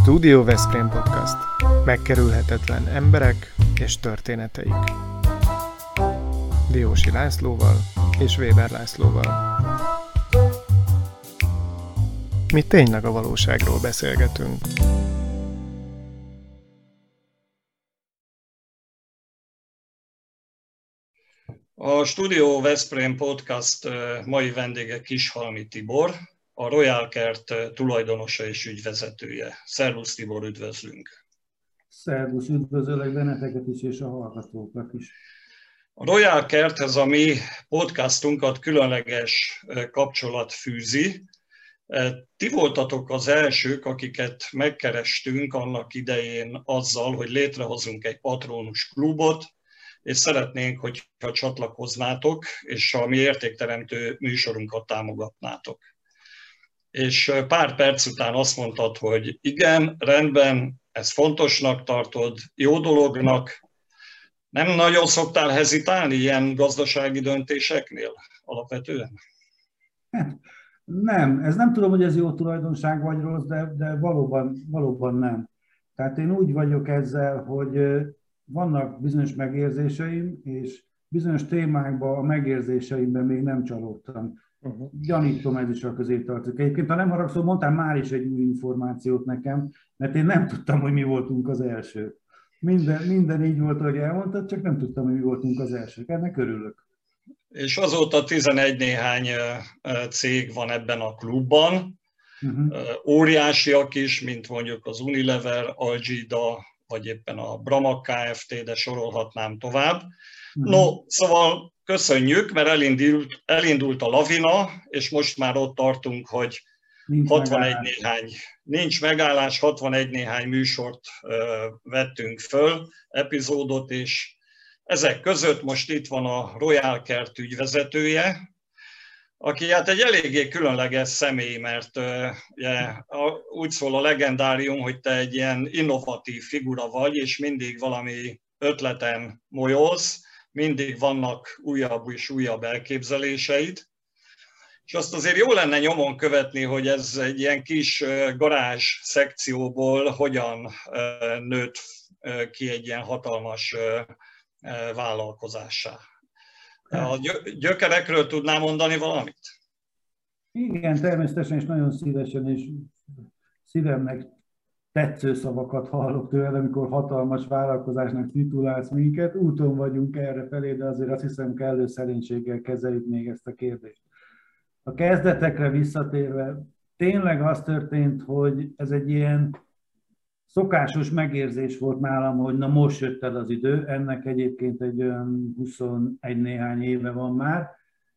Studio Veszprém Podcast. Megkerülhetetlen emberek és történeteik. Diósi Lászlóval és Weber Lászlóval. Mi tényleg a valóságról beszélgetünk. A Studio Veszprém Podcast mai vendége Kishalmi Tibor, a Royal Kert tulajdonosa és ügyvezetője. Szervusz Tibor, üdvözlünk! Szervusz, üdvözöllek benneteket is, és a hallgatókat is. A Royal Kerthez a mi podcastunkat különleges kapcsolat fűzi. Ti voltatok az elsők, akiket megkerestünk annak idején azzal, hogy létrehozunk egy patronus klubot, és szeretnénk, hogyha csatlakoznátok, és a mi értékteremtő műsorunkat támogatnátok. És pár perc után azt mondtad, hogy igen, rendben, ezt fontosnak tartod, jó dolognak. Nem nagyon szoktál hezitálni ilyen gazdasági döntéseknél alapvetően? Nem, ez nem tudom, hogy ez jó tulajdonság vagy rossz, de valóban nem. Tehát én úgy vagyok ezzel, hogy vannak bizonyos megérzéseim, és bizonyos témákban a megérzéseimben még nem csalódtam. Gyanítom, ez is a közé tartozik. Egyébként, ha nem haragszol, mondtál már is egy új információt nekem, mert én nem tudtam, hogy mi voltunk az elsők. Minden így volt, ahogy elmondtad, csak nem tudtam, hogy mi voltunk az elsők. Ennek örülök. És azóta 11 néhány cég van ebben a klubban. Óriásiak is, mint mondjuk az Unilever, Algida, vagy éppen a Bramag Kft., de sorolhatnám tovább. No, szóval köszönjük, mert elindult a lavina, és most már ott tartunk, hogy nincs megállás, 61 néhány műsort vettünk föl, epizódot, és ezek között most itt van a Royal Kert ügyvezetője, aki hát egy eléggé különleges személy, mert ugye, úgy szól a legendárium, hogy te egy ilyen innovatív figura vagy, és mindig valami ötleten molyolsz, mindig vannak újabb és újabb elképzeléseid. És azt azért jó lenne nyomon követni, hogy ez egy ilyen kis garázs szekcióból hogyan nőtt ki egy ilyen hatalmas vállalkozássá. A gyökerekről tudnál mondani valamit? Igen, természetesen, és nagyon szívesen, és szívemnek tetsző szavakat hallok tőled, amikor hatalmas vállalkozásnak titulálsz minket. Úton vagyunk erre felé, de azért azt hiszem, kellő szerénységgel kezeljük még ezt a kérdést. A kezdetekre visszatérve, tényleg az történt, hogy ez egy ilyen szokásos megérzés volt nálam, hogy na most jött el az idő, ennek egyébként egy olyan 21 néhány éve van már.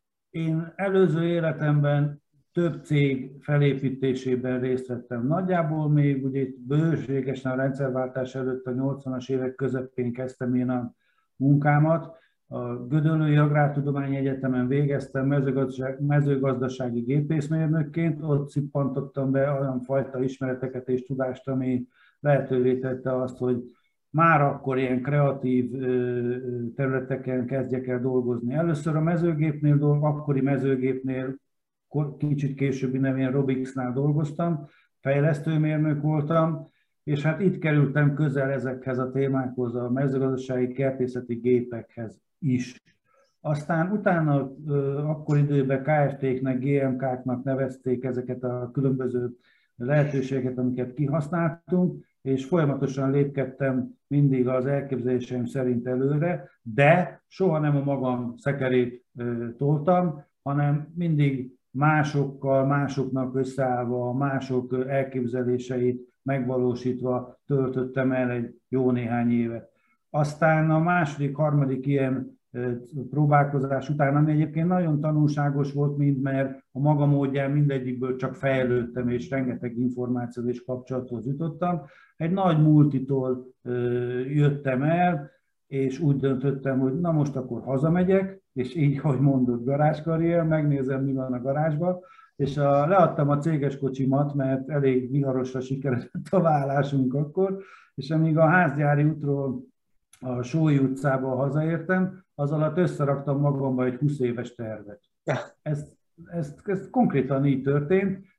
Én előző életemben több cég felépítésében részt vettem. Nagyjából még ugye bőségesen a rendszerváltás előtt a 80-as évek közepén kezdtem én a munkámat. A Gödöllői Agrártudományi Egyetemen végeztem mezőgazdasági gépészmérnökként, ott szippantottam be olyan fajta ismereteket és tudást, ami lehetővé tette azt, hogy már akkor ilyen kreatív területeken kezdjek el dolgozni. Először a mezőgépnél, akkori mezőgépnél, kicsit későbbi nevén Robixnál dolgoztam, fejlesztőmérnök voltam, és hát itt kerültem közel ezekhez a témákhoz, a mezőgazdasági kertészeti gépekhez is. Aztán utána akkor időben KFT-knek, GMK-knak nevezték ezeket a különböző lehetőségeket, amiket kihasználtunk, és folyamatosan lépkedtem mindig az elképzeléseim szerint előre, de soha nem a magam szekerét toltam, hanem mindig másokkal, másoknak összeállva, mások elképzeléseit megvalósítva töltöttem el egy jó néhány évet. Aztán a második, harmadik ilyen próbálkozás után, ami egyébként nagyon tanulságos volt, mert a maga módján mindegyikből csak fejlődtem, és rengeteg információt és kapcsolathoz jutottam. Egy nagy multitól jöttem el, és úgy döntöttem, hogy na most akkor hazamegyek, és így, hogy mondod, garázskarrier, megnézem, mi van a garázsban, és leadtam a céges kocsimat, mert elég viharosra sikeredett a vállásunk akkor, és amíg a Házgyári útról a Sói utcába hazaértem, az alatt összeraktam magamba egy 20 éves tervet. Ez konkrétan így történt,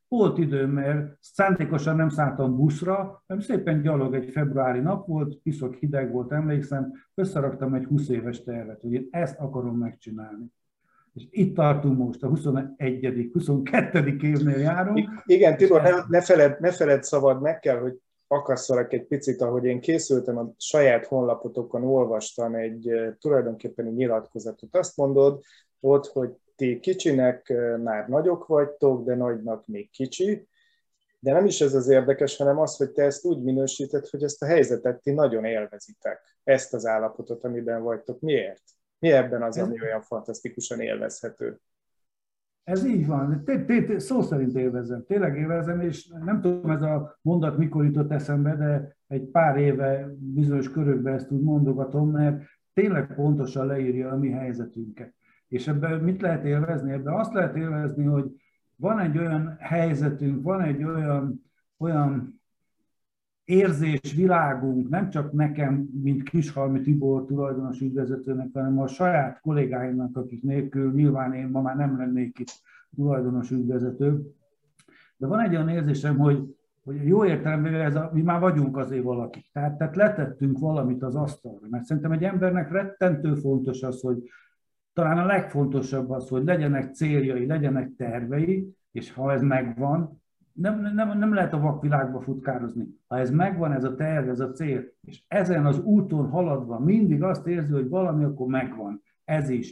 volt időm, mert szándékosan nem szálltam buszra, hanem szépen gyalog, egy februári nap volt, piszok hideg volt, emlékszem, összeraktam egy 20 éves tervet, hogy én ezt akarom megcsinálni. És itt tartunk most, a 21., 22. évnél járunk. Igen, Tibor, ne feledd szabad, meg kell, hogy akasszalak egy picit, ahogy én készültem, a saját honlapotokon olvastam tulajdonképpen egy nyilatkozatot. Azt mondod ott, hogy ti kicsinek már nagyok vagytok, de nagynak még kicsi. De nem is ez az érdekes, hanem az, hogy te ezt úgy minősíted, hogy ezt a helyzetet ti nagyon élvezitek. Ezt az állapotot, amiben vagytok. Miért? Mi ebben az, ami olyan fantasztikusan élvezhető? Ez így van. Szó szerint élvezem. Tényleg élvezem, és nem tudom, ez a mondat mikor jutott eszembe, de egy pár éve bizonyos körökben ezt úgy mondogatom, mert tényleg pontosan leírja a mi helyzetünket. És ebben mit lehet élvezni? Ebben azt lehet élvezni, hogy van egy olyan helyzetünk, van egy olyan érzésvilágunk, nem csak nekem, mint Kishalmi Tibor tulajdonos ügyvezetőnek, hanem a saját kollégáimnak, akik nélkül nyilván én ma már nem lennék itt tulajdonos ügyvezető. De van egy olyan érzésem, hogy jó értelemben mi már vagyunk azért valakik. Tehát letettünk valamit az asztalra. Mert szerintem egy embernek rettentő fontos az, hogy talán a legfontosabb az, hogy legyenek céljai, legyenek tervei, és ha ez megvan, nem lehet a vakvilágba futkározni. Ha ez megvan, ez a terv, ez a cél, és ezen az úton haladva mindig azt érzi, hogy valami akkor megvan. Ez is.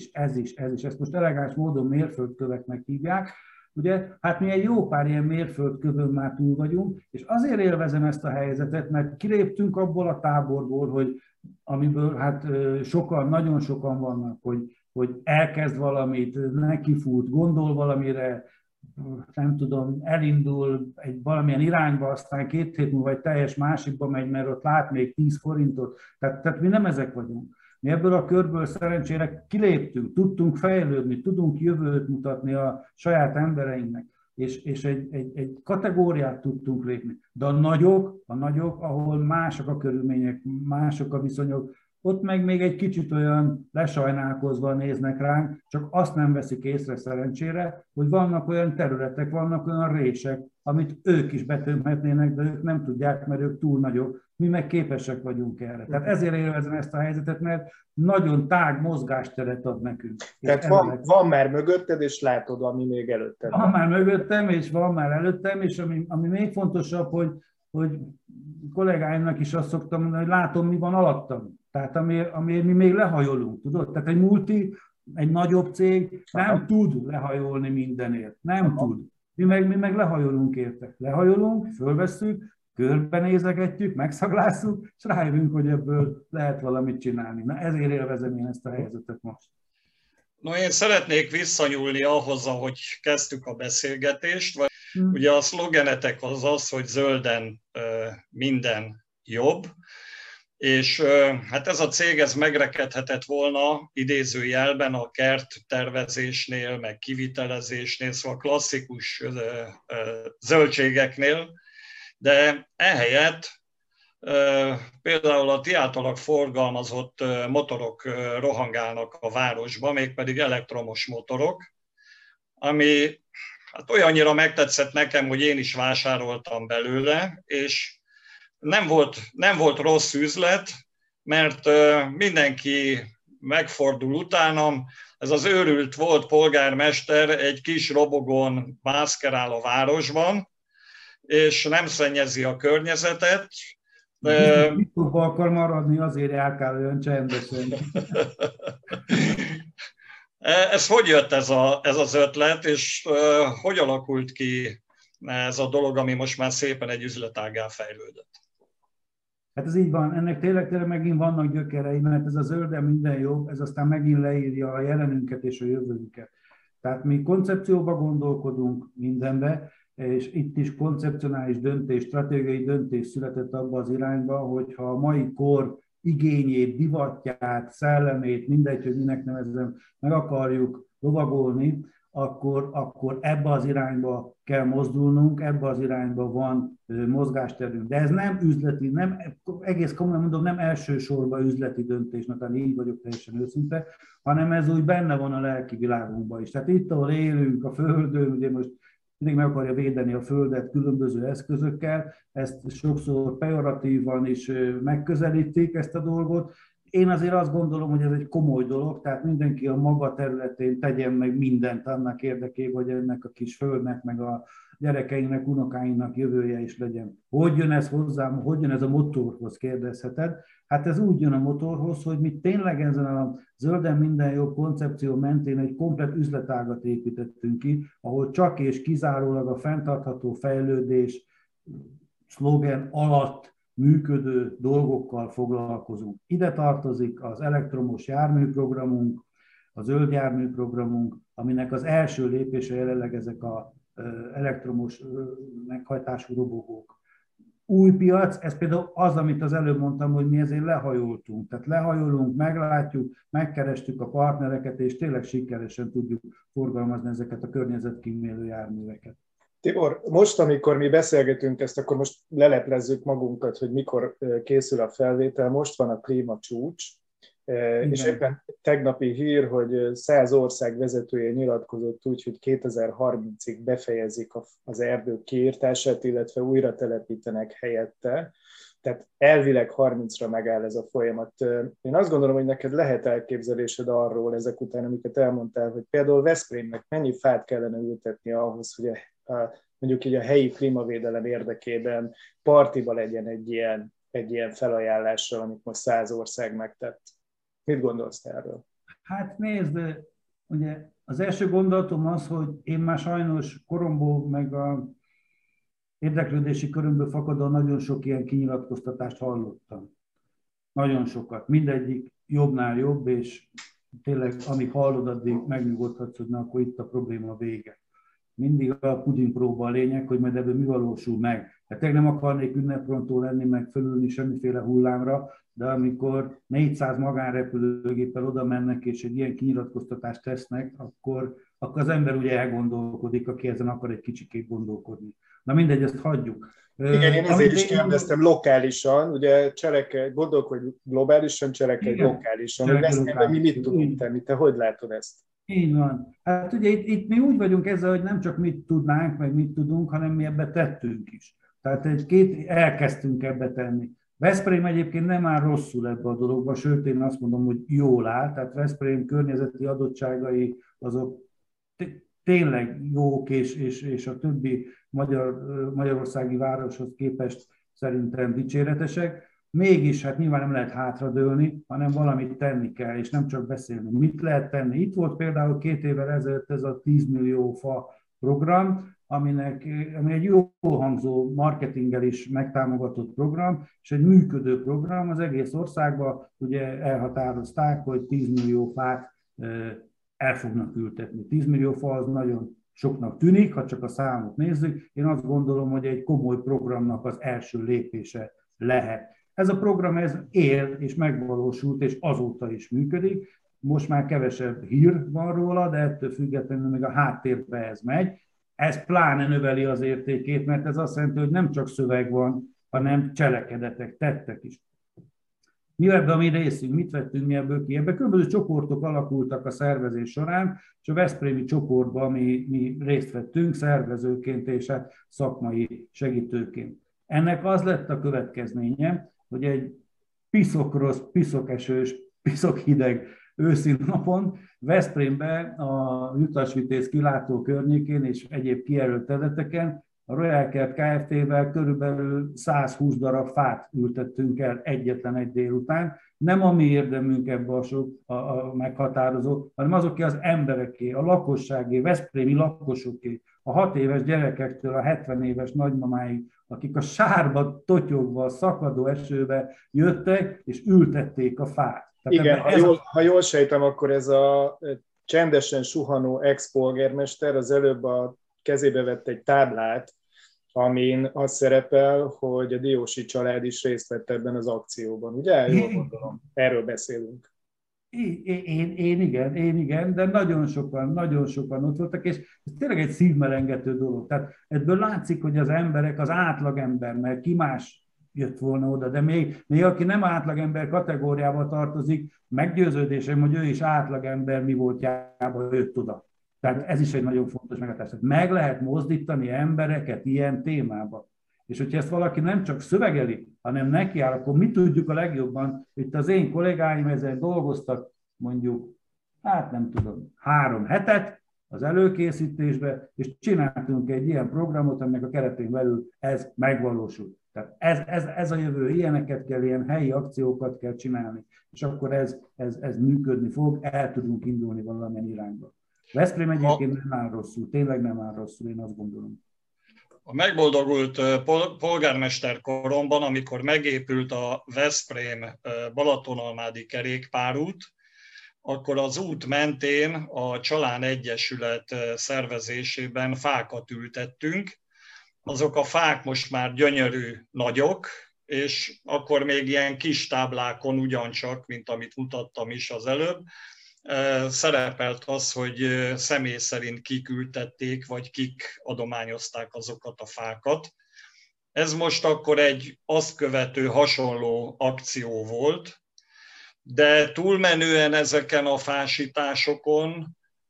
Ezt most elegáns módon mérföldköveknek hívják. Ugye, hát mi egy jó pár ilyen mérföldkövön már túl vagyunk, és azért élvezem ezt a helyzetet, mert kiléptünk abból a táborból, hogy amiből hát nagyon sokan vannak, hogy elkezd valamit, nekifut, gondol valamire, nem tudom, elindul valamilyen irányba, aztán 2 hét múlva egy teljes másikba megy, mert ott lát még 10 forintot. Tehát mi nem ezek vagyunk. Mi ebből a körből szerencsére kiléptünk, tudtunk fejlődni, tudunk jövőt mutatni a saját embereinknek, és egy kategóriát tudtunk lépni. De a nagyok, ahol mások a körülmények, mások a viszonyok, ott meg még egy kicsit olyan lesajnálkozva néznek ránk, csak azt nem veszik észre szerencsére, hogy vannak olyan területek, vannak olyan rések, amit ők is betömhetnének, de ők nem tudják, mert ők túl nagyok. Mi meg képesek vagyunk erre. Tehát ezért élvezem ezt a helyzetet, mert nagyon tág mozgásteret ad nekünk. Tehát van már mögötted, és látod, ami még előtted. Van már mögöttem, és van már előttem, és ami még fontosabb, hogy kollégáimnak is azt szoktam mondani, hogy látom, mi van alattam. Tehát amiért mi még lehajolunk, tudod? Tehát egy multi, egy nagyobb cég nem tud lehajolni mindenért. Nem tud. Mi meg lehajolunk érte. Lehajolunk, fölvesszük, körbenézegetjük, megszaglásszuk, és rájövünk, hogy ebből lehet valamit csinálni. Na ezért élvezem én ezt a helyzetet most. No, én szeretnék visszanyúlni ahhoz, ahogy kezdtük a beszélgetést. Ugye a szlogenetek az, hogy zölden minden jobb, és hát ez a cég ez megrekedhetett volna idézőjelben a kerttervezésnél, meg kivitelezésnél, szóval klasszikus zöldségeknél, de ehelyett például a ti általak forgalmazott motorok rohangálnak a városba, mégpedig elektromos motorok, ami hát olyannyira megtetszett nekem, hogy én is vásároltam belőle, és nem volt rossz üzlet, mert mindenki megfordul utánam. Ez az őrült volt polgármester egy kis robogón mászkerál a városban, és nem szennyezi a környezetet. Mikor akar maradni, azért járkál olyan csendesen. Ez hogy jött ez az ötlet, és hogy alakult ki ez a dolog, ami most már szépen egy üzletággá fejlődött? Hát ez így van, ennek tényleg megint vannak gyökerei, mert ez a zölden minden jobb, ez aztán megint leírja a jelenünket és a jövőnket. Tehát mi koncepcióba gondolkodunk mindenbe, és itt is koncepcionális döntés, stratégiai döntés született abba az irányba, hogyha a mai kor igényét, divatját, szellemét, mindegy, hogy minek nevezzem, meg akarjuk lovagolni, akkor ebbe az irányba kell mozdulnunk, ebbe az irányba van mozgásterünk. De ez nem üzleti, egész komolyan mondom, nem elsősorban üzleti döntés, mert így vagyok teljesen őszinte, hanem ez úgy benne van a lelki világunkban is. Tehát itt, ahol élünk, a Földön, ugye most mindig meg akarja védeni a földet különböző eszközökkel, ezt sokszor pejoratívan is megközelítik ezt a dolgot. Én azért azt gondolom, hogy ez egy komoly dolog, tehát mindenki a maga területén tegyen meg mindent annak érdekében, hogy ennek a kis földnek, meg a gyerekeinknek, unokáinknak jövője is legyen. Hogy jön ez hozzám, hogy jön ez a motorhoz, kérdezheted. Hát ez úgy jön a motorhoz, hogy mi tényleg ezen a zölden minden jobb koncepció mentén egy komplett üzletágat építettünk ki, ahol csak és kizárólag a fenntartható fejlődés szlogen alatt működő dolgokkal foglalkozunk. Ide tartozik az elektromos járműprogramunk, a zöld járműprogramunk, aminek az első lépése jelenleg ezek az elektromos meghajtású robogók. Új piac, ez például az, amit az előbb mondtam, hogy mi ezért lehajoltunk. Tehát lehajolunk, meglátjuk, megkerestük a partnereket, és tényleg sikeresen tudjuk forgalmazni ezeket a környezetkímélő járműveket. Tibor, most, amikor mi beszélgetünk ezt, akkor most leleplezzük magunkat, hogy mikor készül a felvétel. Most van a klímacsúcs, és éppen tegnapi hír, hogy 100 ország vezetője nyilatkozott úgy, hogy 2030-ig befejezik az erdők kiirtását, illetve újra telepítenek helyette. Tehát elvileg 30-ra megáll ez a folyamat. Én azt gondolom, hogy neked lehet elképzelésed arról ezek után, amiket elmondtál, hogy például Veszprémnek mennyi fát kellene ültetni ahhoz, hogy mondjuk így a helyi klímavédelem érdekében partiba legyen egy ilyen felajánlással, amit most 100 ország megtett. Mit gondolsz erről? Hát nézd, ugye az első gondolatom az, hogy én már sajnos koromból, meg a érdeklődési körömből fakadóan nagyon sok ilyen kinyilatkoztatást hallottam. Nagyon sokat. Mindegyik jobbnál jobb, és tényleg amíg hallod, addig megnyugodhatsz, hogy na, akkor itt a probléma vége. Mindig a pudingpróba a lényeg, hogy majd ebből mi valósul meg. Hát tényleg nem akarnék ünneprontó lenni, meg fölülni semmiféle hullámra, de amikor 400 magánrepülőgéppel oda mennek, és egy ilyen kinyilatkoztatást tesznek, akkor az ember ugye elgondolkodik, aki ezen akar egy kicsikét gondolkodni. Na mindegy, ezt hagyjuk. Igen, én ezért is kérdeztem lokálisan, ugye gondolkodj globálisan, cselekedj lokálisan. Hogy Veszprémben mi mit tudunk tenni? Te hogy látod ezt? Így van. Hát ugye itt mi úgy vagyunk ezzel, hogy nem csak mit tudnánk, meg mit tudunk, hanem mi ebbe tettünk is. Tehát elkezdtünk ebbe tenni. Veszprém egyébként nem áll rosszul ebbe a dologba, sőt én azt mondom, hogy jól áll. Tehát Veszprém környezeti adottságai azok tényleg jók, és a többi magyarországi városhoz képest szerintem dicséretesek. Mégis, hát nyilván nem lehet hátradőlni, hanem valamit tenni kell, és nem csak beszélni. Mit lehet tenni? Itt volt például 2 évvel ezelőtt ez a 10 millió fa program, ami egy jó hangzó marketinggel is megtámogatott program, és egy működő program. Az egész országban ugye elhatározták, hogy 10 millió fát el fognak ültetni. 10 millió fa az nagyon soknak tűnik, ha csak a számot nézzük. Én azt gondolom, hogy egy komoly programnak az első lépése lehet. Ez a program él és megvalósult, és azóta is működik. Most már kevesebb hír van róla, de ettől függetlenül még a háttérbe ez megy. Ez pláne növeli az értékét, mert ez azt jelenti, hogy nem csak szöveg van, hanem cselekedetek, tettek is. Mi ebben a mi részünk, mit vettünk mi ebből ki? Ebben különböző csoportok alakultak a szervezés során, és a veszprémi csoportban mi részt vettünk szervezőként és hát szakmai segítőként. Ennek az lett a következménye, hogy egy piszok rossz, piszok esős, piszok hideg őszi napon Veszprémbe a Jutasvitéz kilátó környékén és egyéb kijelölt területeken a Royal Kert Kft-vel körülbelül 120 darab fát ültettünk el egyetlen egy délután. Nem a mi érdemünk ebbe a meghatározó, hanem azoké az embereké, a lakosságé, veszprémi lakosoké, a 6 éves gyerekektől a 70 éves nagymamáig, akik a sárba totyogva, a szakadó esőbe jöttek, és ültették a fát. Tehát igen, ha jól sejtem, akkor ez a csendesen suhanó ex-polgármester az előbb a kezébe vett egy táblát, amin az szerepel, hogy a Diósi család is részt vett ebben az akcióban. Ugye? Jól gondolom. Erről beszélünk. Én igen, de nagyon sokan ott voltak, és ez tényleg egy szívmelengető dolog. Tehát ebből látszik, hogy az emberek, az átlagember, mert ki más jött volna oda, de még aki nem átlagember kategóriába tartozik, meggyőződésem, hogy ő is átlagember mi voltjában jött oda. Tehát ez is egy nagyon fontos meglátás. Tehát meg lehet mozdítani embereket ilyen témába. És hogyha ezt valaki nem csak szövegeli, hanem nekiáll, akkor mi tudjuk a legjobban, itt az én kollégáim ezen dolgoztak mondjuk, hát nem tudom, 3 hetet az előkészítésbe, és csináltunk egy ilyen programot, aminek a keretén belül ez megvalósul. Tehát ez a jövő, ilyeneket kell, ilyen helyi akciókat kell csinálni, és akkor ez működni fog, el tudunk indulni valamilyen irányba. Veszprém egyébként nem áll rosszul, tényleg nem áll rosszul, én azt gondolom. A megboldogult polgármester koromban, amikor megépült a Veszprém-Balatonalmádi kerékpárút, akkor az út mentén a Csalán Egyesület szervezésében fákat ültettünk. Azok a fák most már gyönyörű nagyok, és akkor még ilyen kis táblákon ugyancsak, mint amit mutattam is az előbb, szerepelt az, hogy személy szerint kik ültették, vagy kik adományozták azokat a fákat. Ez most akkor egy azt követő hasonló akció volt, de túlmenően ezeken a fásításokon,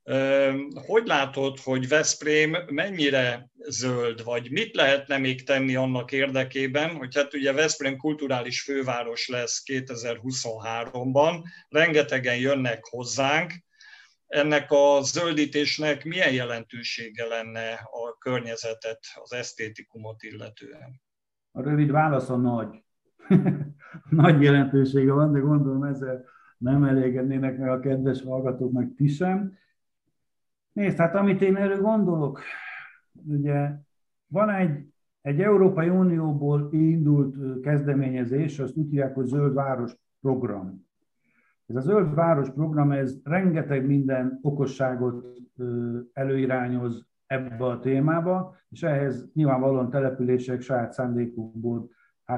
hogy látod, hogy Veszprém mennyire zöld, vagy mit lehetne még tenni annak érdekében, hogy hát ugye Veszprém kulturális főváros lesz 2023-ban, rengetegen jönnek hozzánk, ennek a zöldítésnek milyen jelentősége lenne a környezetet, az esztétikumot illetően? A rövid válasz a nagy. Nagy jelentősége van, de gondolom ezzel nem elégednének meg a kedves hallgatók, meg ti sem. Nézd, hát amit én erről gondolok, ugye van egy Európai Unióból indult kezdeményezés, azt úgy hívják, hogy Zöld Város Program. Ez a Zöld Város Program, ez rengeteg minden okosságot előirányoz ebbe a témába, és ehhez nyilvánvalóan települések saját szándékukból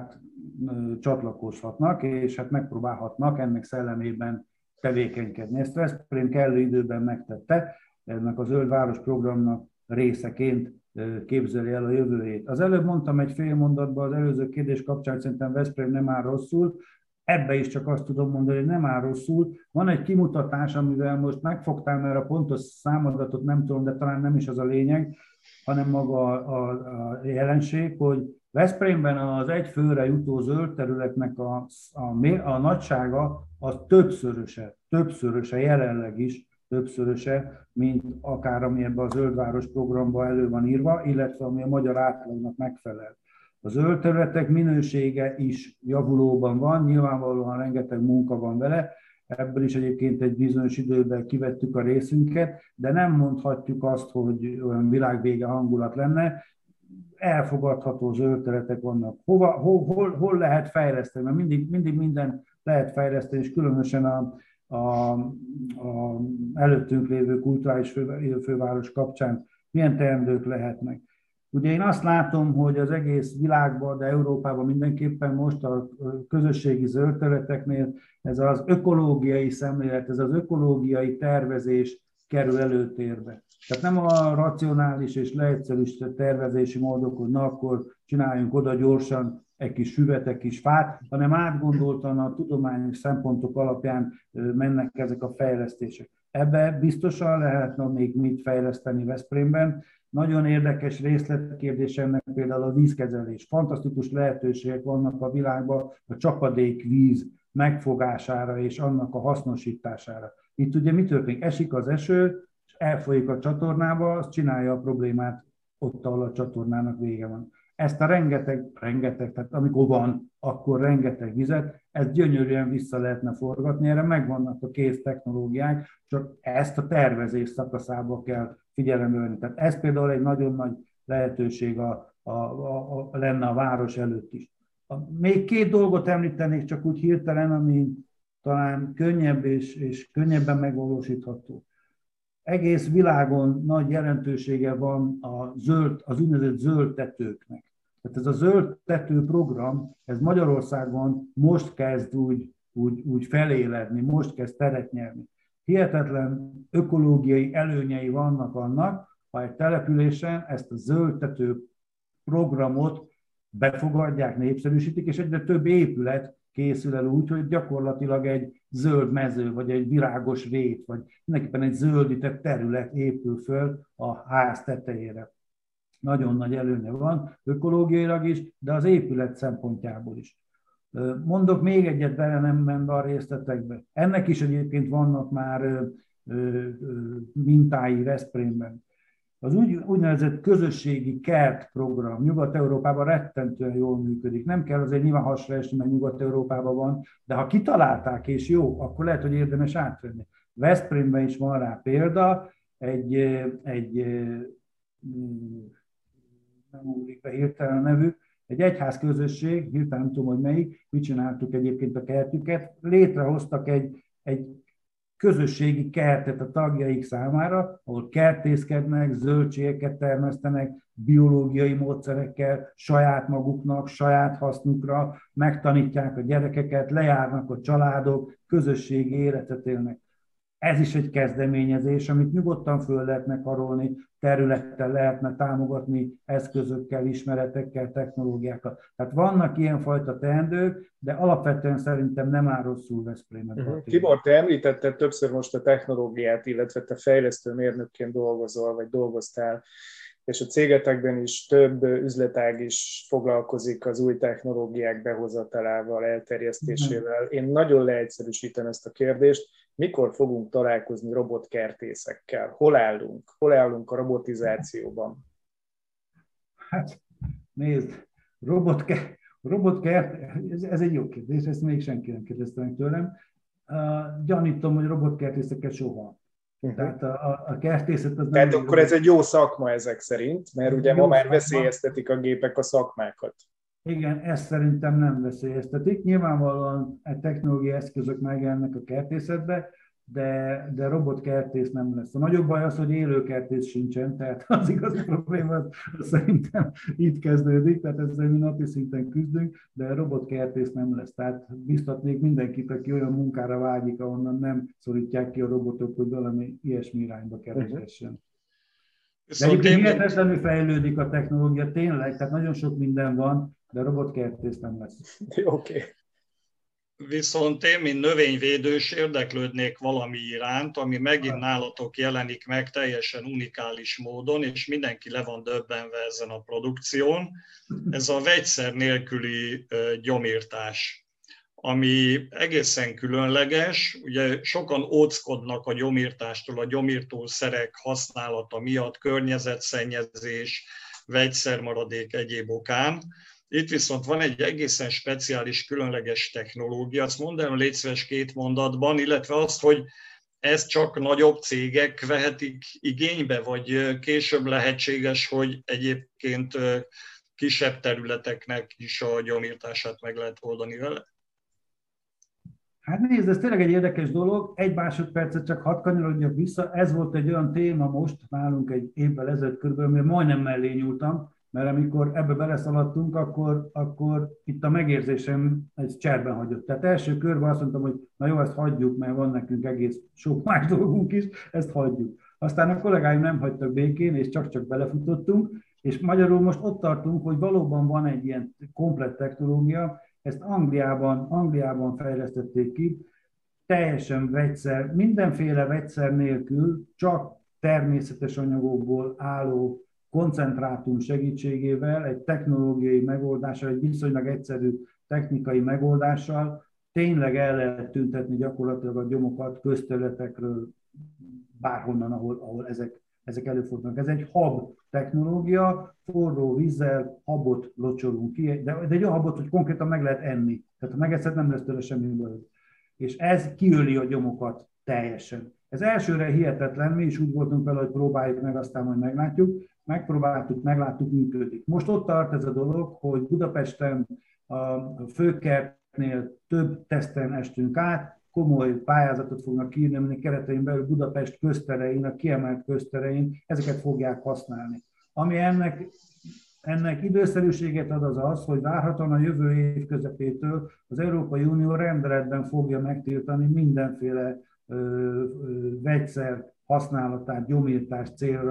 csatlakozhatnak, és hát megpróbálhatnak ennek szellemében tevékenykedni. Ezt Veszprém kellő időben megtette, ennek a Zöld Város Programnak részeként képzeli el a jövőjét. Az előbb mondtam egy fél mondatban az előző kérdés kapcsán, hogy szerintem Veszprém nem áll rosszul, ebbe is csak azt tudom mondani, hogy nem áll rosszul. Van egy kimutatás, amivel most megfogtál, mert a pontos számadatot nem tudom, de talán nem is az a lényeg, hanem maga a jelenség, hogy Veszprémben az egy főre jutó zöld területnek a nagysága az többszöröse, jelenleg is többszöröse, mint akár ami ebben a Zöldváros programban elő van írva, illetve ami a magyar átlagnak megfelel. A zöld területek minősége is javulóban van, nyilvánvalóan rengeteg munka van vele, ebből is egyébként egy bizonyos időben kivettük a részünket, de nem mondhatjuk azt, hogy olyan világvége hangulat lenne. Elfogadható zöld területek vannak. Hol lehet fejleszteni? Mert mindig minden lehet fejleszteni, és különösen a előttünk lévő kulturális főváros kapcsán milyen teendők lehetnek. Ugye én azt látom, hogy az egész világban, de Európában mindenképpen most a közösségi zöld területeknél ez az ökológiai szemlélet, ez az ökológiai tervezés kerül előtérbe. Tehát nem a racionális és leegyszerűsített tervezési módok, hogy na akkor csináljunk oda gyorsan egy kis füvet, egy kis fát, hanem átgondoltan a tudományos szempontok alapján mennek ezek a fejlesztések. Ebbe biztosan lehetne még mit fejleszteni Veszprémben. Nagyon érdekes részletkérdés ennek például a vízkezelés. Fantasztikus lehetőségek vannak a világban a csapadékvíz megfogására és annak a hasznosítására. Itt ugye mi történik? Esik az eső, és elfolyik a csatornába, az csinálja a problémát ott, ahol a csatornának vége van. Ezt a rengeteg, tehát amikor van, akkor rengeteg vizet, ezt gyönyörűen vissza lehetne forgatni, erre megvannak a kész technológiák, csak ezt a tervezés szakaszába kell figyelembe venni. Tehát ez például egy nagyon nagy lehetőség lenne a város előtt is. Még 2 dolgot említenék csak úgy hirtelen, ami talán könnyebb és könnyebben megvalósítható. Egész világon nagy jelentősége van az úgynevezett zöld tetőknek. Tehát ez a zöld tető program, ez Magyarországon most kezd úgy feléledni, most kezd teret nyerni. Hihetetlen ökológiai előnyei vannak annak, ha egy településen ezt a zöld tető programot befogadják, népszerűsítik, és egyre több épület készül el úgy, hogy gyakorlatilag egy zöld mező, vagy egy virágos rét, vagy mindenképpen egy zöldített terület épül föl a ház tetejére. Nagyon nagy előnye van, ökológiailag is, de az épület szempontjából is. Mondok még egyet, bele nem menve a részletekbe. Ennek is egyébként vannak már mintái Veszprémben. Az úgynevezett közösségi kertprogram Nyugat-Európában rettentően jól működik. Nem kell azért nyilván hasra esni, mert Nyugat-Európában van, de ha kitalálták és jó, akkor lehet, hogy érdemes átvenni. Veszprémben is van rá példa, nem úrik be hirtelen a nevük, egy egyházközösség, hirtelen nem tudom, hogy melyik, mit csináltuk egyébként a kertjüket, létrehoztak egy közösségi kertet a tagjaik számára, ahol kertészkednek, zöldségeket termesztenek, biológiai módszerekkel, saját maguknak, saját hasznukra, megtanítják a gyerekeket, lejárnak a családok, közösségi életet élnek. Ez is egy kezdeményezés, amit nyugodtan föl lehetne karolni, területtel lehetne támogatni, eszközökkel, ismeretekkel, technológiákkal. Tehát vannak ilyenfajta teendők, de alapvetően szerintem nem áll rosszul Veszprémben. Tibor, te említetted többször most a technológiát, illetve te fejlesztő mérnökként dolgozol, vagy dolgoztál, és a cégetekben is több üzletág is foglalkozik az új technológiák behozatalával, elterjesztésével. Én nagyon leegyszerűsítem ezt a kérdést. Mikor fogunk találkozni robotkertészekkel? Hol állunk? Hol állunk a robotizációban? Hát nézd, robotkert, ez egy jó kérdés, ezt még senki nem kérdezte meg tőlem. Gyanítom, hogy robotkertészekkel soha. Tehát a kertészet az nem... Tehát akkor ez egy jó szakma ezek szerint, mert ugye ma már veszélyeztetik a gépek a szakmákat. Igen, ezt szerintem nem veszélyeztetik. Nyilvánvalóan egy technológiai eszközök megjelennek a kertészetbe, de robotkertész nem lesz. A nagyobb baj az, hogy élő kertész sincsen, tehát az igazi probléma az szerintem itt kezdődik, tehát ezzel mi napi szinten küzdünk, de robotkertész nem lesz. Tehát biztatnék mindenkit, aki olyan munkára vágyik, ahonnan nem szorítják ki a robotok, hogy valami ilyesmi irányba keresessen. De egyébként hihetetlenül fejlődik a technológia, tényleg, tehát nagyon sok minden van, de robotkertész nem lesz. Oké. Viszont én, mint növényvédős érdeklődnék valami iránt, ami megint nálatok jelenik meg teljesen unikális módon, és mindenki le van döbbenve ezen a produkción. Ez a vegyszer nélküli gyomírtás, ami egészen különleges. Ugye sokan óckodnak a gyomírtástól, a gyomírtószerek használata miatt, környezetszennyezés, vegyszermaradék egyéb okán. Itt viszont van egy egészen speciális, különleges technológia. Azt mondd el, légy szíves 2 mondatban, illetve azt, hogy ezt csak nagyobb cégek vehetik igénybe, vagy később lehetséges, hogy egyébként kisebb területeknek is a gyomírtását meg lehet oldani vele? Hát nézd, ez tényleg egy érdekes dolog. 1 másodpercet csak hadd kanyarodjak vissza. Ez volt egy olyan téma most nálunk egy évvel ezelőtt körülbelül, mert majdnem mellé nyúltam, mert amikor ebbe beleszaladtunk, akkor itt a megérzésem egy cserben hagyott. Tehát első körben azt mondtam, hogy na jó, ezt hagyjuk, mert van nekünk egész sok más dolgunk is, ezt hagyjuk. Aztán a kollégáim nem hagytak békén, és csak-csak belefutottunk, és magyarul most ott tartunk, hogy valóban van egy ilyen komplett technológia, ezt Angliában fejlesztették ki, teljesen vegyszer, mindenféle vegyszer nélkül, csak természetes anyagokból álló koncentrátum segítségével, egy technológiai megoldással, egy viszonylag egyszerű technikai megoldással tényleg el lehet tüntetni gyakorlatilag a gyomokat közterületekről, bárhonnan, ahol ezek előfordulnak. Ez egy hab technológia, forró vízzel habot locsolunk ki, de egy olyan habot, hogy konkrétan meg lehet enni. Tehát ha megeszed, nem lesz tőle semmi baj. És ez kiöli a gyomokat teljesen. Ez elsőre hihetetlen, mi is úgy voltunk vele, hogy próbáljuk meg, aztán majd meglátjuk. Megpróbáltuk, megláttuk, működik. Most ott tart ez a dolog, hogy Budapesten a főkertnél több teszten estünk át, komoly pályázatot fognak kiírni, aminek keretein belül Budapest közterein, a kiemelt közterein ezeket fogják használni. Ami ennek időszerűséget ad az, hogy várhatóan a jövő év közepétől az Európai Unió rendeletben fogja megtiltani mindenféle vegyszer használatát gyomírtás célra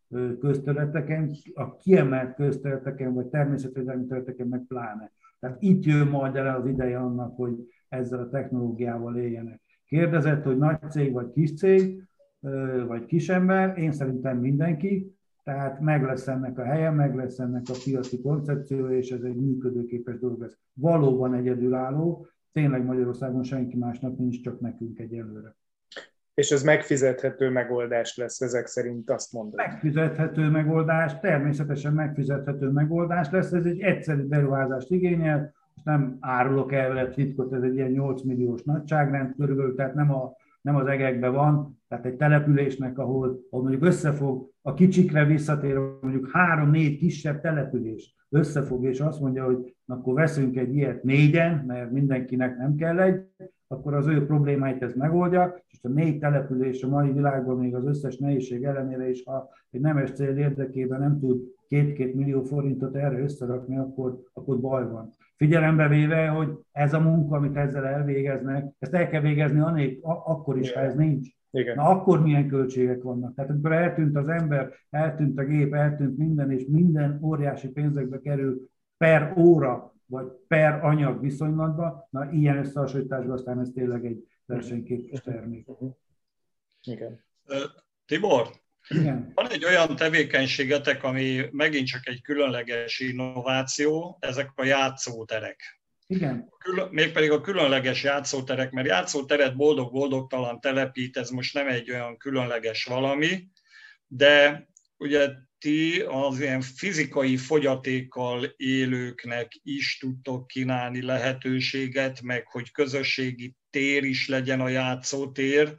közterületeken, a kiemelt közterületeken, vagy természetvédelmi területeken meg pláne. Tehát itt jön majd el az ideje annak, hogy ezzel a technológiával éljenek. Kérdezett, hogy nagy cég vagy kis cég, vagy kisember, én szerintem mindenki, tehát meg lesz ennek a helye, meg lesz ennek a piaci koncepciója, és ez egy működőképes dolog lesz. Valóban egyedülálló, tényleg Magyarországon senki másnak nincs, csak nekünk egyelőre. És ez megfizethető megoldás lesz, ezek szerint azt mondod? Megfizethető megoldás, természetesen megfizethető megoldás lesz, ez egy egyszerű beruházást igényel, és nem árulok el vele titkot, ez egy ilyen 8 milliós nagyságrend körülbelül, tehát nem az egekben van, tehát egy településnek, ahol mondjuk összefog, a kicsikre visszatér, mondjuk 3-4 kisebb település összefog, és azt mondja, hogy akkor veszünk egy ilyet 4-en, mert mindenkinek nem kell egy, akkor az ő problémáit ez megoldja, és a 4 település a mai világban még az összes nehézség ellenére is, ha egy nemes cél érdekében nem tud 2-2 millió forintot erre összerakni, akkor baj van. Figyelembe véve, hogy ez a munka, amit ezzel elvégeznek, ezt el kell végezni akkor is, ha ez nincs. Igen. Na akkor milyen költségek vannak? Tehát amikor eltűnt az ember, eltűnt a gép, eltűnt minden, és minden óriási pénzekbe kerül per óra, vagy per anyag viszonylatban, na ilyen összehasonlításban aztán ez tényleg egy versenyképes termék. Igen. Tibor, igen. Van egy olyan tevékenységetek, ami megint csak egy különleges innováció, ezek a játszóterek. Igen. Mégpedig a különleges játszóterek, mert játszóteret boldog-boldogtalan telepít, ez most nem egy olyan különleges valami, de ugye ti az ilyen fizikai fogyatékkal élőknek is tudtok kínálni lehetőséget, meg hogy közösségi tér is legyen a játszótér,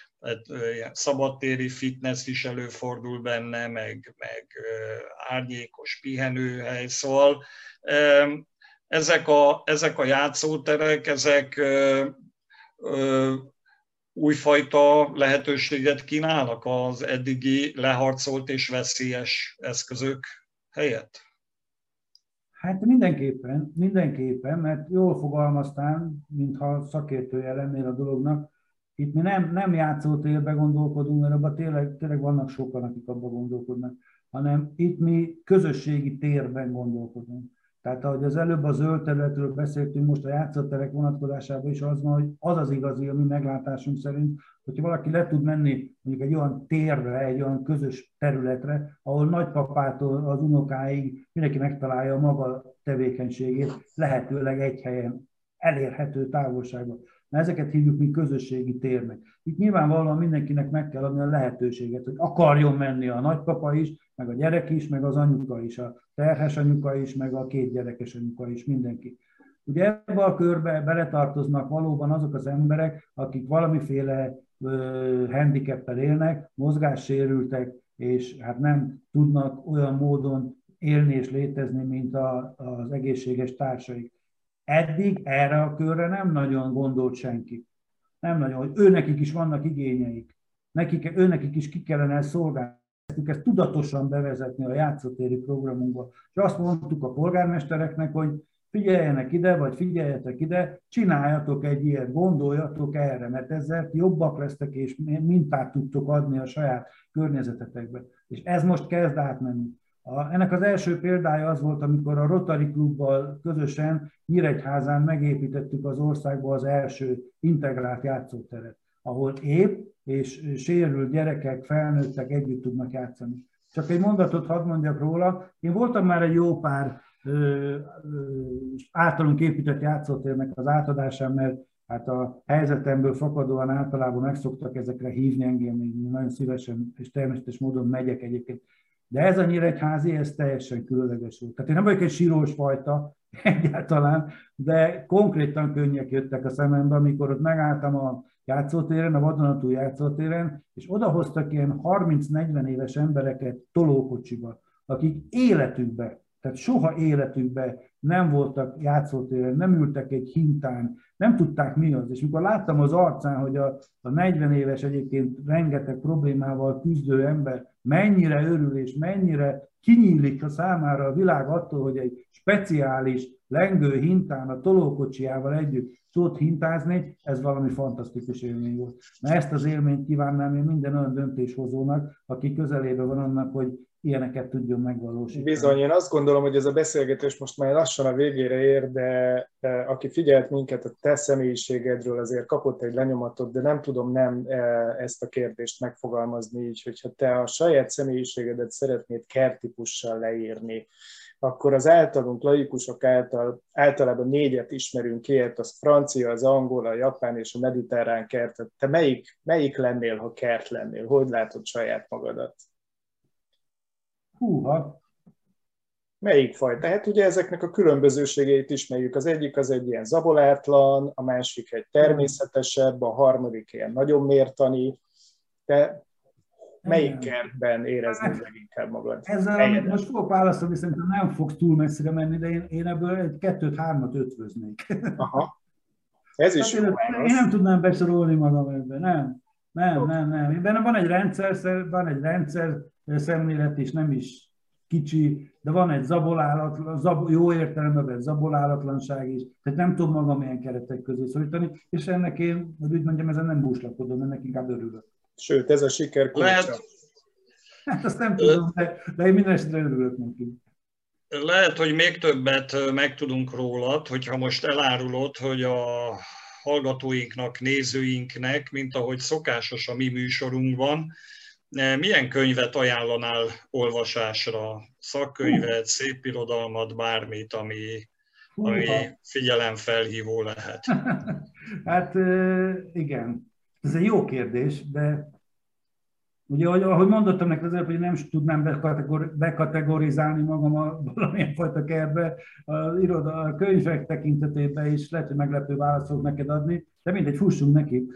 szabadtéri fitness is előfordul benne, meg árnyékos pihenőhely, szóval ezek a játszóterek, ezek újfajta lehetőséget kínálnak az eddigi leharcolt és veszélyes eszközök helyett? Hát mindenképpen, mert jól fogalmaztál, mintha szakértője lennél a dolognak. Itt mi nem játszótérbe gondolkodunk, mert abban tényleg vannak sokan, akik abban gondolkodnak, hanem itt mi közösségi térben gondolkodunk. Tehát ahogy az előbb a zöld területről beszéltünk, most a játszóterek vonatkozásában is az van, hogy az az igazi, a mi meglátásunk szerint, hogyha valaki le tud menni mondjuk egy olyan térre, egy olyan közös területre, ahol nagypapától az unokáig mindenki megtalálja a maga tevékenységét, lehetőleg egy helyen, elérhető távolságban. Na, ezeket hívjuk mi közösségi térnek. Itt nyilvánvalóan mindenkinek meg kell adni a lehetőséget, hogy akarjon menni a nagypapa is, meg a gyerek is, meg az anyuka is, a terhes anyuka is, meg a 2 gyerekes anyuka is, mindenki. Ugye ebbe a körbe beletartoznak valóban azok az emberek, akik valamiféle handicappel élnek, mozgássérültek, és hát nem tudnak olyan módon élni és létezni, mint az egészséges társaik. Eddig erre a körre nem nagyon gondolt senki. Nem nagyon, hogy őnekik is vannak igényeik. Őnekik is ki kellene szolgálni. Ezt tudatosan bevezetni a játszótéri programunkba. És azt mondtuk a polgármestereknek, hogy figyeljenek ide, vagy figyeljetek ide, csináljatok egy ilyet, gondoljatok erre, mert ezzel jobbak lesztek, és mintát tudtok adni a saját környezetetekbe. És ez most kezd átmenni. Ennek az első példája az volt, amikor a Rotary Klubbal közösen Nyíregyházán megépítettük az országban az első integrált játszóteret, ahol épp és sérült gyerekek, felnőttek együtt tudnak játszani. Csak egy mondatot hadd mondjak róla. Én voltam már egy jó pár általunk épített játszótérnek az átadásán, mert hát a helyzetemből fakadóan általában meg szoktak ezekre hívni engem, én nagyon szívesen és természetes módon megyek egyébként. De ez a nyíregyházi, ez teljesen különleges volt. Tehát én nem vagyok egy sírós fajta egyáltalán, de konkrétan könnyek jöttek a szemembe, amikor ott megálltam a játszótéren, a vadonatúj játszótéren, és odahoztak ilyen 30-40 éves embereket tolókocsiba, akik életükben, tehát soha életükben nem voltak játszótéren, nem ültek egy hintán, nem tudták mi az. És amikor láttam az arcán, hogy a 40 éves egyébként rengeteg problémával küzdő ember mennyire örül és mennyire kinyílik a számára a világ attól, hogy egy speciális lengő hintán a tolókocsiával együtt tud hintázni, ez valami fantasztikus élmény volt. Na ezt az élményt kívánnám én minden olyan döntéshozónak, aki közelében van annak, hogy ilyeneket tudjon megvalósítani. Bizony, én azt gondolom, hogy ez a beszélgetés most már lassan a végére ér, de aki figyelt minket a te személyiségedről, azért kapott egy lenyomatot, de nem tudom nem ezt a kérdést megfogalmazni így, hogyha te a saját személyiségedet szeretnéd kerttípussal leírni, akkor az általunk laikusok általában 4-et ismerünk ilyet, az francia, az angol, a japán és a mediterrán kert. Te melyik lennél, ha kert lennél? Hogy látod saját magadat? Húha! Melyik faj? Tehát ugye ezeknek a különbözőségeit ismerjük. Az egyik az egy ilyen zabolátlan, a másik egy természetesebb, a harmadik ilyen nagyon mértani. Te melyik kertben éreznéd leginkább magad? Ezzel, amit most fogok válaszolni, szerintem nem fogsz túl messzire menni, de én ebből egy 2-3-at ötvöznék. Aha. Ez is jó válasz. Én nem tudnám besorolni magam ebben, nem. Bennem van egy rendszer szemlélet, és nem is kicsi, de van egy jó értelemben zabolálatlanság is, tehát nem tudom magam ilyen keretek közé szorítani, és ennek én, hogy úgy mondjam, ezen nem búslakodom, ennek inkább örülök. Sőt, ez a siker kulcsa. Hát azt nem tudom, de én minden esetre örülök neki. Lehet, hogy még többet megtudunk rólad, hogyha most elárulod, hogy a hallgatóinknak, nézőinknek, mint ahogy szokásos a mi műsorunkban, milyen könyvet ajánlanál olvasásra? Szakkönyvet, szépirodalmat, bármit, ami figyelemfelhívó lehet? Hát igen, ez egy jó kérdés, de ugye, ahogy mondottam neked az előbb, hogy nem tudnám bekategorizálni magam valamilyen fajta kertbe, a könyvek tekintetében is lehet, hogy meglepő válaszok neked adni, de mindegy, fussunk neki.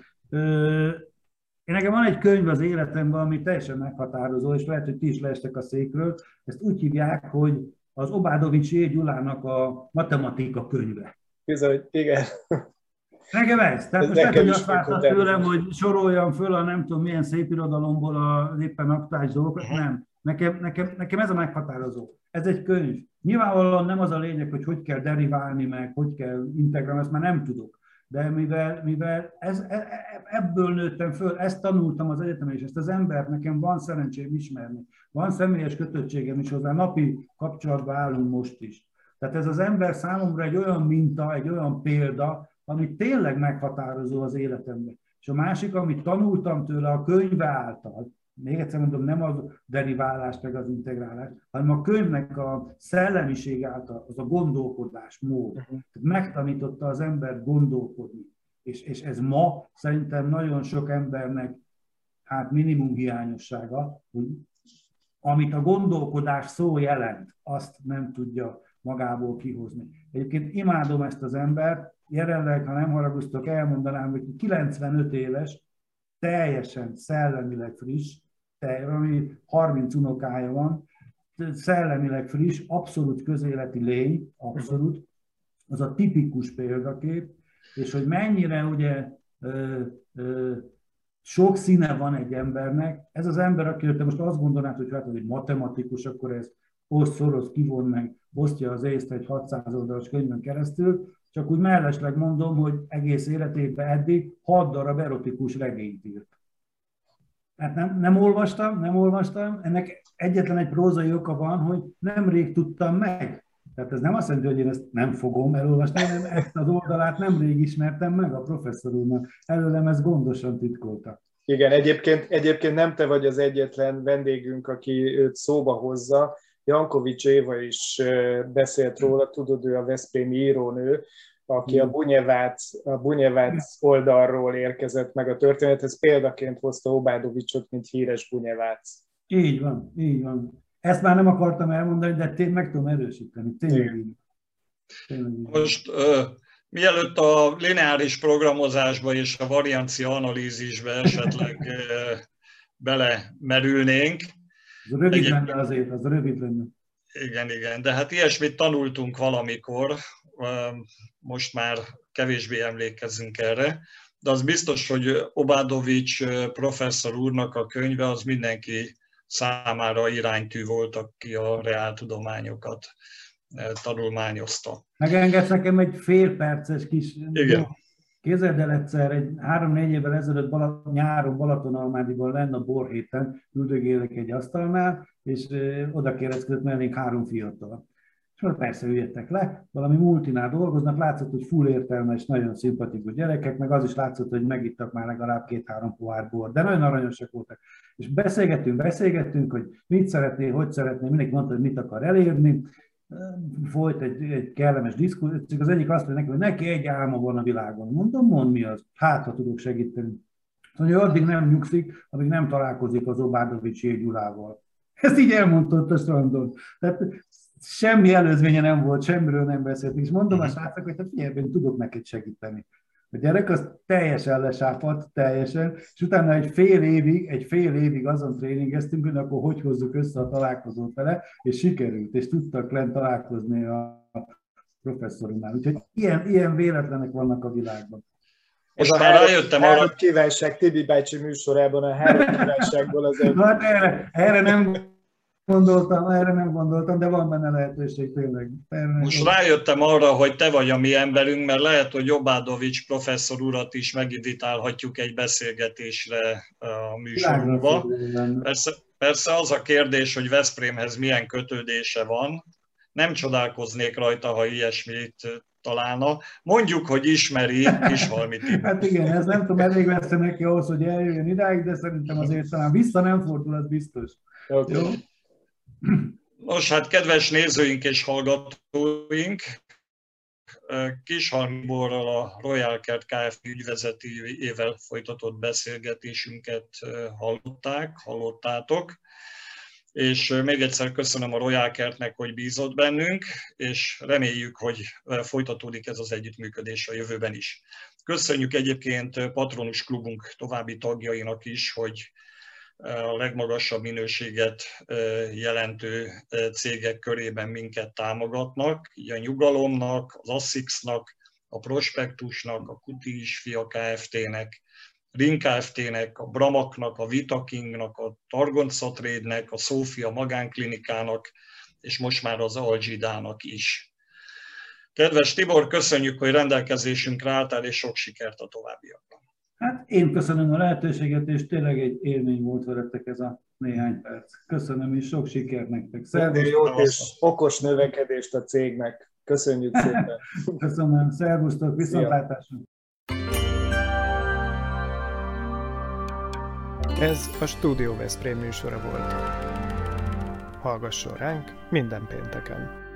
Én nekem van egy könyv az életemben, ami teljesen meghatározó, és lehet, hogy ti is leestek a székről. Ezt úgy hívják, hogy az Obádovics J. Gyulának a matematika könyve. Bizony, igen. Nekem ez. Tehát most lehet, hogy azt vártad tőlem, hogy soroljam föl a nem tudom milyen szépirodalomból az éppen aktuális dolgokat. Nem. Nekem ez a meghatározó. Ez egy könyv. Nyilvánvalóan nem az a lényeg, hogy kell deriválni, meg hogy kell integrálni, ezt már nem tudok. De mivel ebből nőttem föl, ezt tanultam az egyetemen, és ezt az embert nekem van szerencsém ismerni. Van személyes kötöttségem is hozzá, napi kapcsolatban állunk most is. Tehát ez az ember számomra egy olyan minta, egy olyan példa, ami tényleg meghatározó az életemben. És a másik, amit tanultam tőle a könyve által, még egyszer mondom, nem az deriválás meg az integrálás, hanem a könyvnek a szellemiség által, az a gondolkodásmód. Tehát megtanította az embert gondolkodni. És ez ma szerintem nagyon sok embernek hát minimum hiányossága, hogy amit a gondolkodás szó jelent, azt nem tudja magából kihozni. Egyébként imádom ezt az embert, jelenleg, ha nem haragudtok, elmondanám, hogy 95 éves, teljesen szellemileg friss, ami 30 unokája van, szellemileg friss, abszolút közéleti lény, abszolút, az a tipikus példakép, és hogy mennyire ugye sok színe van egy embernek, ez az ember, akiről te most azt gondolnád, hogy hát ez egy matematikus, akkor ez oszt-szoroz, kivon meg, osztja az észt egy 600 oldalas könyvön keresztül, csak úgy mellesleg mondom, hogy egész életében eddig 6 darab erotikus regényt írt. Hát nem olvastam, ennek egyetlen egy prózai oka van, hogy nemrég tudtam meg. Tehát ez nem azt jelenti, hogy én ezt nem fogom elolvasni, hanem ezt az oldalát nemrég ismertem meg a professzor úrnak. Előlem ezt gondosan titkolta. Igen, egyébként nem te vagy az egyetlen vendégünk, aki őt szóba hozza. Jankovics Éva is beszélt róla, tudod, ő a veszprémi írónő, aki a Bunyevác oldalról érkezett meg a történethez, példaként hozta Obádovicsot, mint híres Bunyevác. Így van. Ezt már nem akartam elmondani, de meg tudom erősíteni. Tényleg. Most mielőtt a lineáris programozásba és a variancia analízisbe esetleg belemerülnénk. Az rövid lenne azért, az rövid lenne. Igen, de hát ilyesmit tanultunk valamikor, most már kevésbé emlékezzünk erre, de az biztos, hogy Obádovics professzor úrnak a könyve az mindenki számára iránytű volt, aki a reáltudományokat tanulmányozta. Megengedsz nekem egy fél perces kis... Igen. Képzeld el egyszer, 3-4 évvel ezelőtt nyáron Balatonalmádiban lenne a borhéten, üldögélek egy asztalnál, és oda kérdezkedett mellénk 3 fiatal. És most persze üljetek le, valami multinál dolgoznak, látszott, hogy full értelmes, nagyon szimpatikus gyerekek, meg az is látszott, hogy megittak már legalább 2-3 pohár bor, de nagyon aranyosak voltak. És beszélgettünk, hogy mit szeretné, hogy szeretné, mindenki mondta, hogy mit akar elérni. Folyt egy kellemes diszkuszió, csak az egyik azt mondja neki, hogy neki egy álma van a világon. Mondom, mondd mi az, hát ha tudok segíteni. Szóval addig nem nyugszik, amíg nem találkozik az Obádovicsi Gyulával. Ezt így elmondta a strandon. Tehát semmi előzménye nem volt, semmiről nem beszéltünk. És mondom a srácnak, hogy figyelj, én tudok neked segíteni. A gyerek az teljesen lesápadt, teljesen, és utána egy fél évig azon tréningeztünk, hogy akkor hogy hozzuk össze a találkozót vele, és sikerült, és tudtak lent találkozni a professzorunál. Úgyhogy ilyen véletlenek vannak a világban. Most már rájöttem arra... Három kívánság Tibi bácsi műsorában a 3 kívánságból az egy... Hát erre nem gondoltam, de van benne lehetőség tényleg. Most rájöttem arra, hogy te vagy a mi emberünk, mert lehet, hogy Obádovics professzor urat is megindítálhatjuk egy beszélgetésre a műsorunkba. Persze az a kérdés, hogy Veszprémhez milyen kötődése van. Nem csodálkoznék rajta, ha ilyesmit találna. Mondjuk, hogy ismeri Kishalmi Tibort. Hát igen, ez nem tudom, elég lesz neki ahhoz, hogy eljöjjön idáig, de szerintem azért talán vissza nem fordul, az biztos. Okay. Jó? Nos, hát kedves nézőink és hallgatóink, Kishalmi Tiborral, a Royal Kert Kft. Ügyvezetőjével folytatott beszélgetésünket hallottátok, és még egyszer köszönöm a Royal Kertnek, hogy bízott bennünk, és reméljük, hogy folytatódik ez az együttműködés a jövőben is. Köszönjük egyébként Patronus Klubunk további tagjainak is, hogy a legmagasabb minőséget jelentő cégek körében minket támogatnak, így a Nyugalomnak, az Assixnak, a Prospektusnak, a Kuti is Fia Kft-nek, Ring Kft-nek, a Bramaknak, a Vitakingnak, a Targonca Trade-nek, a Szófia Magánklinikának, és most már az Algidának is. Kedves Tibor, köszönjük, hogy rendelkezésünkre álltál, és sok sikert a továbbiakban. Hát én köszönöm a lehetőséget, és tényleg egy élmény volt veletek ez a néhány perc. Köszönöm, és sok sikert nektek. Szervusz, jót és okos növekedést a cégnek. Köszönjük szépen. Köszönöm, szervusztok, viszontlátásra. Ez a Studio Veszprém műsora volt. Hallgasson ránk minden pénteken!